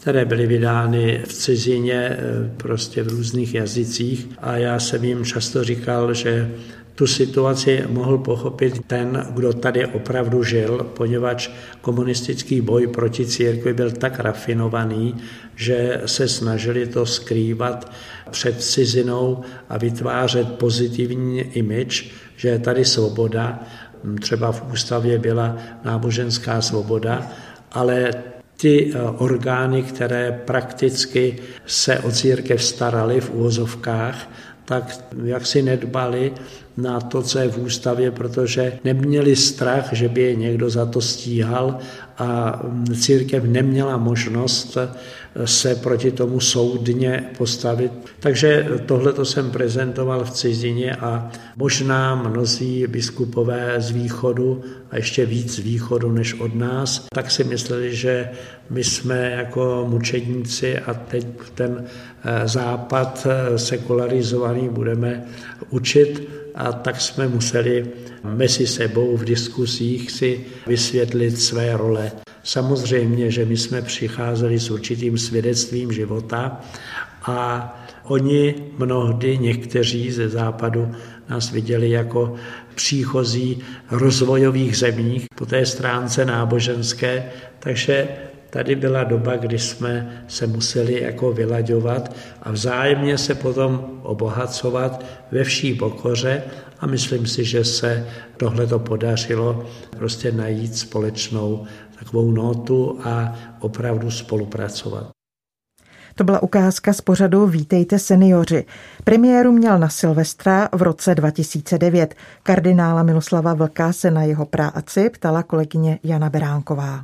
které byly vydány v cizině, prostě v různých jazycích. A já jsem jim často říkal, že tu situaci mohl pochopit ten, kdo tady opravdu žil, poněvadž komunistický boj proti církvi byl tak rafinovaný, že se snažili to skrývat před cizinou a vytvářet pozitivní image, že je tady svoboda. Třeba v ústavě byla náboženská svoboda, ale ty orgány, které prakticky se o církev staraly v uvozovkách, tak jak si nedbali na to, co je v ústavě, protože neměli strach, že by je někdo za to stíhal a církev neměla možnost se proti tomu soudně postavit. Takže tohleto jsem prezentoval v cizině a možná mnozí biskupové z východu a ještě víc z východu než od nás, tak si mysleli, že my jsme jako mučedníci a teď ten západ sekularizovaný budeme učit, a tak jsme museli mezi sebou v diskusích si vysvětlit své role. Samozřejmě, že my jsme přicházeli s určitým svědectvím života a oni mnohdy, někteří ze západu, nás viděli jako příchozí rozvojových zemích po té stránce náboženské, takže tady byla doba, kdy jsme se museli jako vylaďovat a vzájemně se potom obohacovat ve vší pokoře a myslím si, že se tohleto podařilo prostě najít společnou takovou notu a opravdu spolupracovat. To byla ukázka z pořadu Vítejte seniori. Premiéru měl na Silvestra v roce 2009. Kardinála Miloslava Vlka se na jeho práci ptala kolegyně Jana Beránková.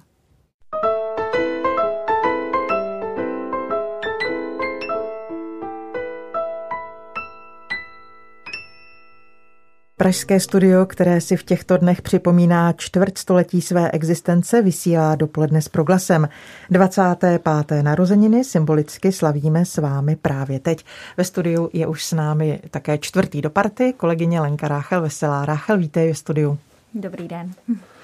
Pražské studio, které si v těchto dnech připomíná čtvrtstoletí své existence, vysílá dopoledne s Proglasem. 25. narozeniny symbolicky slavíme s vámi právě teď. Ve studiu je už s námi také čtvrtý do party, kolegyně Lenka Ráchel Veselá. Ráchel, vítej ve studiu. Dobrý den.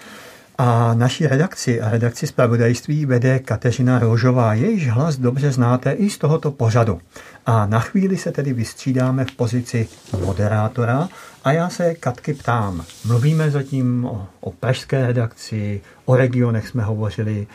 A naší redakci a redakci zpravodajství vede Kateřina Rožová, jejíž hlas dobře znáte i z tohoto pořadu. A na chvíli se tedy vystřídáme v pozici moderátora a já se Katky ptám. Mluvíme zatím o pražské redakci, o regionech jsme hovořili.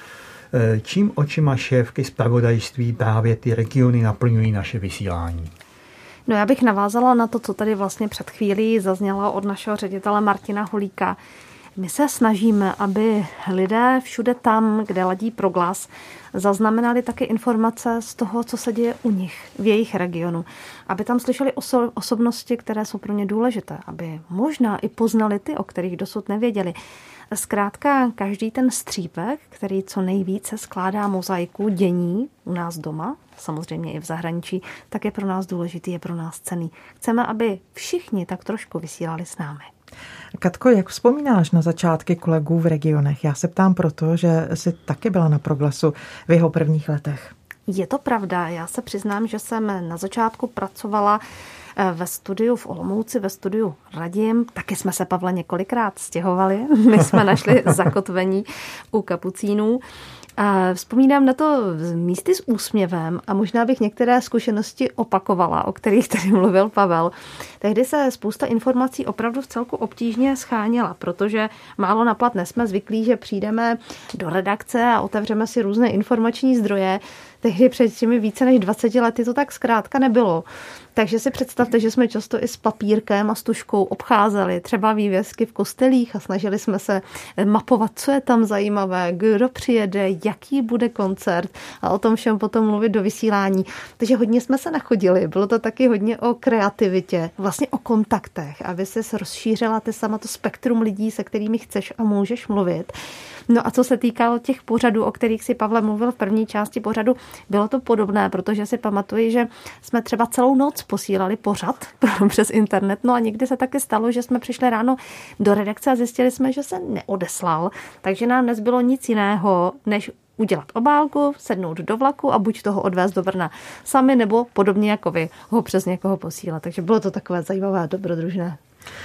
Čím očima šéfky zpravodajství právě ty regiony naplňují naše vysílání? No, já bych navázala na to, co tady vlastně před chvílí zaznělo od našeho ředitele Martina Hulíka. My se snažíme, aby lidé všude tam, kde ladí Proglas, zaznamenali taky informace z toho, co se děje u nich, v jejich regionu. Aby tam slyšeli osobnosti, které jsou pro ně důležité, aby možná i poznali ty, o kterých dosud nevěděli. Zkrátka, každý ten střípek, který co nejvíce skládá mozaiku dění u nás doma, samozřejmě i v zahraničí, tak je pro nás důležitý, je pro nás cenný. Chceme, aby všichni tak trošku vysílali s námi. Katko, jak vzpomínáš na začátky kolegů v regionech? Já se ptám proto, že jsi taky byla na Proglasu v jeho prvních letech. Je to pravda. Já se přiznám, že jsem na začátku pracovala ve studiu v Olomouci, ve studiu Radim. Taky jsme se, Pavle, několikrát stěhovali. My jsme našli zakotvení u kapucínů. A vzpomínám na to místy s úsměvem a možná bych některé zkušenosti opakovala, o kterých tady mluvil Pavel. Tehdy se spousta informací opravdu v celku obtížně scháněla, protože málo na platné jsme zvyklí, že přijdeme do redakce a otevřeme si různé informační zdroje. Tehdy před těmi více než 20 lety to tak zkrátka nebylo. Takže si představte, že jsme často i s papírkem a s tužkou obcházeli třeba vývězky v kostelích a snažili jsme se mapovat, co je tam zajímavé, kdo přijede, jaký bude koncert a o tom všem potom mluvit do vysílání. Takže hodně jsme se nachodili. Bylo to taky hodně o kreativitě, vlastně o kontaktech, aby se rozšířila ty sama to spektrum lidí, se kterými chceš a můžeš mluvit. No a co se týkalo těch pořadů, o kterých si Pavle mluvil v první části pořadu, bylo to podobné, protože si pamatuji, že jsme třeba celou noc posílali pořad přes internet, no a někdy se taky stalo, že jsme přišli ráno do redakce a zjistili jsme, že se neodeslal, takže nám nezbylo nic jiného, než udělat obálku, sednout do vlaku a buď toho odvést do Brna sami, nebo podobně jako vy ho přes někoho posílat. Takže bylo to takové zajímavé a dobrodružné.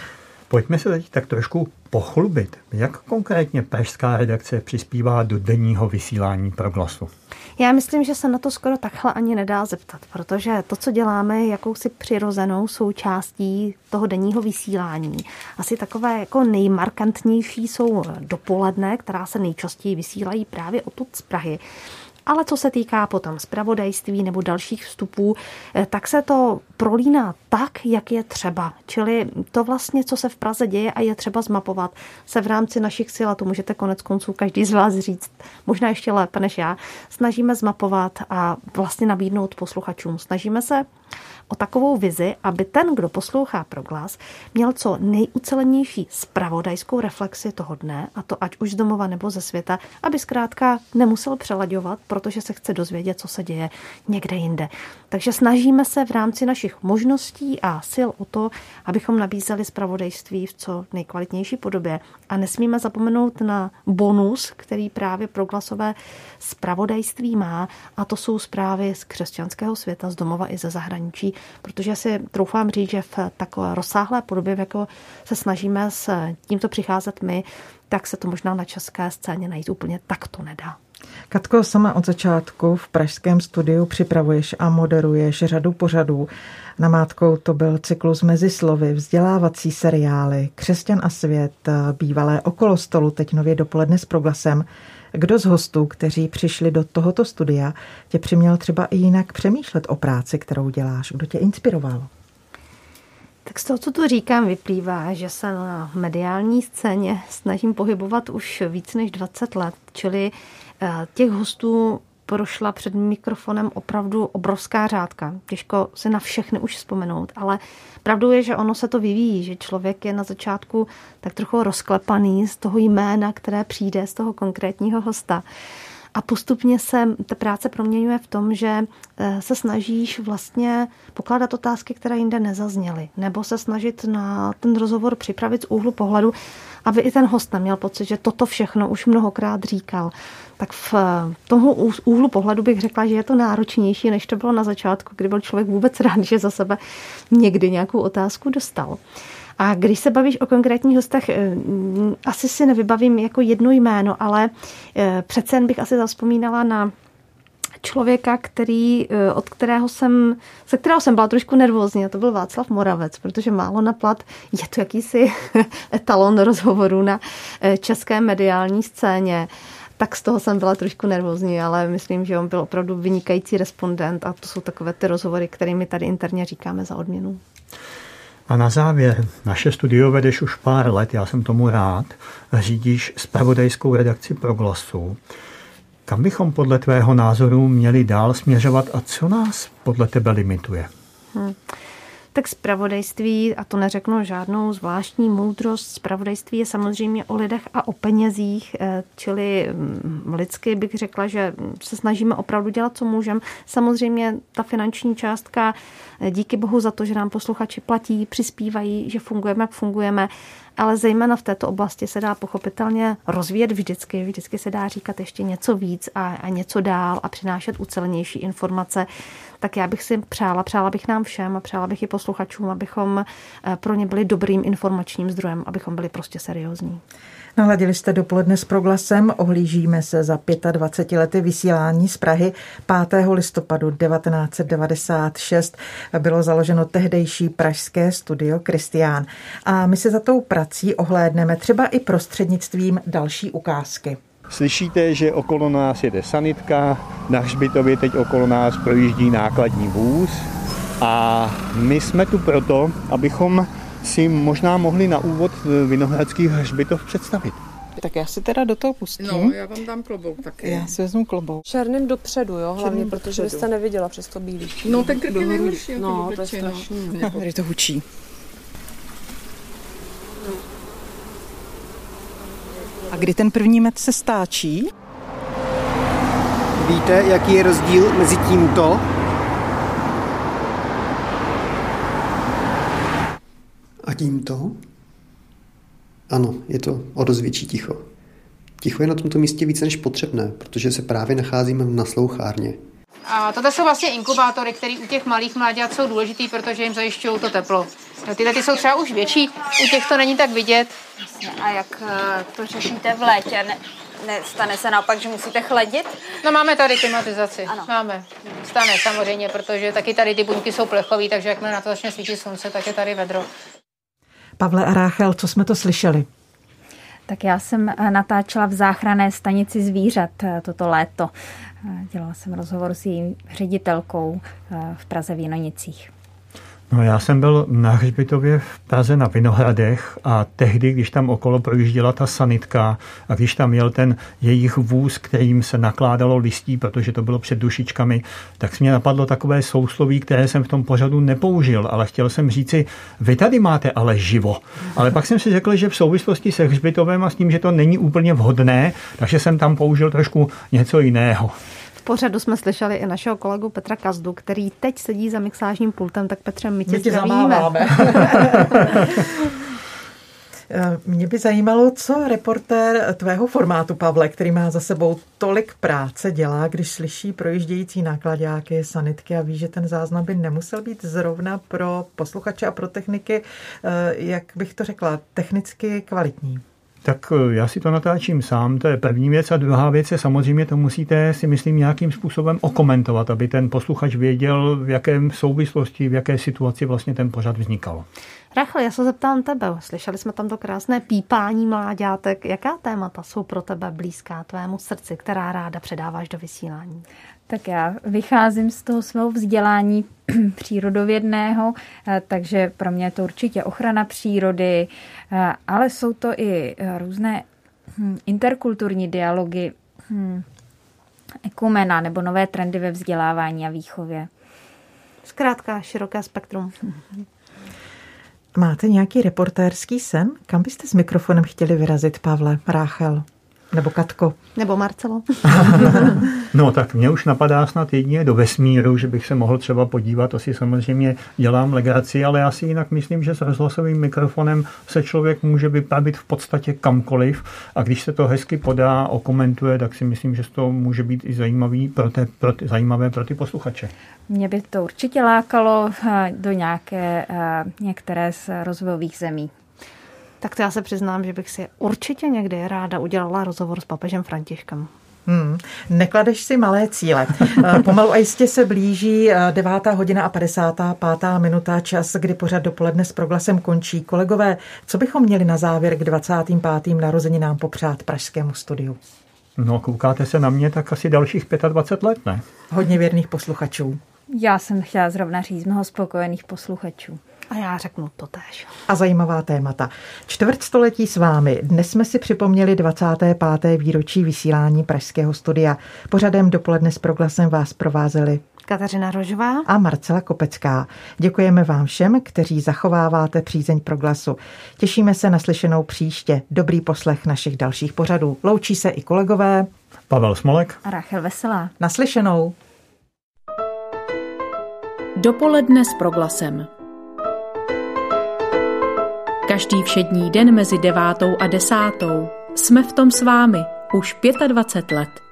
Pojďme se teď tak trošku pochlubit. Jak konkrétně pražská redakce přispívá do denního vysílání Proglasu? Já myslím, že se na to skoro takhle ani nedá zeptat, protože to, co děláme, je jakousi přirozenou součástí toho denního vysílání. Asi takové jako nejmarkantnější jsou dopoledne, která se nejčastěji vysílají právě odtud z Prahy. Ale co se týká potom zpravodajství nebo dalších vstupů, tak se to prolíná tak, jak je třeba. Čili to vlastně, co se v Praze děje a je třeba zmapovat, se v rámci našich sil, a to můžete konec konců každý z vás říct, možná ještě lépe než já, snažíme zmapovat a vlastně nabídnout posluchačům. Snažíme se o takovou vizi, aby ten, kdo poslouchá Proglas, měl co nejucelenější zpravodajskou reflexi toho dne, a to ať už z domova nebo ze světa, aby zkrátka nemusel přelaďovat, protože se chce dozvědět, co se děje někde jinde. Takže snažíme se v rámci našich možností a sil o to, abychom nabízeli zpravodajství v co nejkvalitnější podobě. A nesmíme zapomenout na bonus, který právě proglasové zpravodajství má, a to jsou zprávy z křesťanského světa, z domova i ze zahraničí, protože si troufám říct, že v takové rozsáhlé podobě, jako se snažíme s tímto přicházet my, tak se to možná na české scéně najít úplně takto nedá. Katko, sama od začátku v pražském studiu připravuješ a moderuješ řadu pořadů. Namátkou to byl cyklus Mezi slovy, vzdělávací seriály, Křesťan a svět, bývalé Okolo stolu, teď nově Dopoledne s Proglasem. Kdo z hostů, kteří přišli do tohoto studia, tě přiměl třeba i jinak přemýšlet o práci, kterou děláš? Kdo tě inspiroval? Tak z toho, co tu říkám, vyplývá, že se na mediální scéně snažím pohybovat už víc než 20 let, čili těch hostů prošla před mikrofonem opravdu obrovská řádka. Těžko se na všechny už vzpomenout, ale pravdou je, že ono se to vyvíjí, že člověk je na začátku tak trochu rozklepaný z toho jména, které přijde z toho konkrétního hosta. A postupně se ta práce proměňuje v tom, že se snažíš vlastně pokládat otázky, které jinde nezazněly, nebo se snažit na ten rozhovor připravit z úhlu pohledu, aby i ten host neměl pocit, že toto všechno už mnohokrát říkal. Tak v tomu úhlu pohledu bych řekla, že je to náročnější, než to bylo na začátku, kdy byl člověk vůbec rád, že za sebe někdy nějakou otázku dostal. A když se bavíš o konkrétních hostech, asi si nevybavím jako jedno jméno, ale přece jen bych asi zavzpomínala na člověka, se kterého jsem byla trošku nervózní, a to byl Václav Moravec, protože málo na plat je to jakýsi etalon rozhovorů na české mediální scéně. Tak z toho jsem byla trošku nervózní, ale myslím, že on byl opravdu vynikající respondent a to jsou takové ty rozhovory, kterými tady interně říkáme za odměnu. A na závěr, naše studio vedeš už pár let, já jsem tomu rád, řídíš zpravodajskou redakci Proglasu. Kam bychom podle tvého názoru měli dál směřovat a co nás podle tebe limituje? Tak zpravodajství, a to neřeknu žádnou zvláštní moudrost, zpravodajství je samozřejmě o lidech a o penězích, čili lidsky bych řekla, že se snažíme opravdu dělat, co můžeme. Samozřejmě ta finanční částka, díky bohu za to, že nám posluchači platí, přispívají, že fungujeme, jak fungujeme, ale zejména v této oblasti se dá pochopitelně rozvíjet vždycky se dá říkat ještě něco víc a něco dál a přinášet ucelenější informace. Tak já bych si přála bych nám všem a přála bych i posluchačům, abychom pro ně byli dobrým informačním zdrojem, abychom byli prostě seriózní. Naladili jste Dopoledne s Proglasem, ohlížíme se za 25 lety vysílání z Prahy. 5. listopadu 1996 bylo založeno tehdejší pražské studio Kristián. A my se za tou prací ohlédneme třeba i prostřednictvím další ukázky. Slyšíte, že okolo nás jede sanitka, na hřbitově teď okolo nás projíždí nákladní vůz a my jsme tu proto, abychom si možná mohli na úvod Vinohradských hřbitov představit. Tak já si teda do toho pustím. No, já vám dám klobouk taky. Já si vezmu klobouk. Černým dopředu, jo, hlavně, protože vy jste neviděla přes to bílý. No, ten krk je nejhorší. No, to je strašný. Tady to hučí. A kdy ten první med se stáčí? Víte, jaký je rozdíl mezi tímto a tímto? Ano, je to o dost větší ticho. Ticho je na tomto místě více než potřebné, protože se právě nacházíme v naslouchárně. A toto jsou vlastně inkubátory, které u těch malých mláďat jsou důležitý, protože jim zajišťují to teplo. No, tyhle ty jsou třeba už větší, u těch to není tak vidět. A jak to řešíte v létě? Nestane se naopak, že musíte chladit? No máme tady klimatizaci. Ano. Máme. Stane samozřejmě, protože taky tady ty buňky jsou plechové, takže jakmile na to začne svítit slunce, tak je tady vedro. Pavle a Ráchel, co jsme to slyšeli? Tak já jsem natáčela v záchranné stanici zvířat toto léto. Dělala jsem rozhovor s její ředitelkou v Praze v Jinonicích. No, já jsem byl na hřbitově v Praze na Vinohradech a tehdy, když tam okolo projížděla ta sanitka a když tam jel ten jejich vůz, kterým se nakládalo listí, protože to bylo před dušičkami, tak mě napadlo takové sousloví, které jsem v tom pořadu nepoužil, ale chtěl jsem říci, vy tady máte ale živo. Ale pak jsem si řekl, že v souvislosti se hřbitovem a s tím, že to není úplně vhodné, takže jsem tam použil trošku něco jiného. V pořadu jsme slyšeli i našeho kolegu Petra Kazdu, který teď sedí za mixážním pultem, tak Petře, my tě zdravíme. Mě by zajímalo, co reportér tvého formátu, Pavle, který má za sebou tolik práce, dělá, když slyší projíždějící náklaďáky, sanitky a ví, že ten záznam by nemusel být zrovna pro posluchače a pro techniky, jak bych to řekla, technicky kvalitní. Tak já si to natáčím sám, to je první věc. A druhá věc je samozřejmě, to musíte, si myslím, nějakým způsobem okomentovat, aby ten posluchač věděl, v jaké souvislosti, v jaké situaci vlastně ten pořad vznikal. Rachel, já se zeptám tebe. Slyšeli jsme tam to krásné pípání mláďátek. Jaká témata jsou pro tebe blízká tvému srdci, která ráda předáváš do vysílání? Tak já vycházím z toho svého vzdělání přírodovědného, takže pro mě je to určitě ochrana přírody, ale jsou to i různé interkulturní dialogy, ekumena nebo nové trendy ve vzdělávání a výchově. Zkrátka široké spektrum. Máte nějaký reportérský sen? Kam byste s mikrofonem chtěli vyrazit, Pavle, Ráchel? Nebo Katko? Nebo Marcelo? No tak mě už napadá snad jedině do vesmíru, že bych se mohl třeba podívat, to si samozřejmě dělám legraci, ale já si jinak myslím, že s rozhlasovým mikrofonem se člověk může vypravit v podstatě kamkoliv a když se to hezky podá, okomentuje, tak si myslím, že to může být i zajímavé pro ty posluchače. Mě by to určitě lákalo do některé z rozvojových zemí. Tak to já se přiznám, že bych si určitě někdy ráda udělala rozhovor s papežem Františkem. Nekladeš si malé cíle. Pomalu a jistě se blíží 9:55 čas, kdy pořad Dopoledne s Proglasem končí. Kolegové, co bychom měli na závěr k 25. narozeninám popřát pražskému studiu? No, koukáte se na mě, tak asi dalších 25 let, ne? Hodně věrných posluchačů. Já jsem chtěla zrovna říct mnoho spokojených posluchačů. A já řeknu totéž. A zajímavá témata. Čtvrtstoletí s vámi. Dnes jsme si připomněli 25. výročí vysílání Pražského studia. Pořadem Dopoledne s Proglasem vás provázeli Kateřina Rožová a Marcela Kopecká. Děkujeme vám všem, kteří zachováváte přízeň Proglasu. Těšíme se na slyšenou příště. Dobrý poslech našich dalších pořadů. Loučí se i kolegové Pavel Smolek a Ráchel Veselá. Naslyšenou. Dopoledne s Proglasem. Každý všední den mezi 9. a 10. Jsme v tom s vámi už 25 let.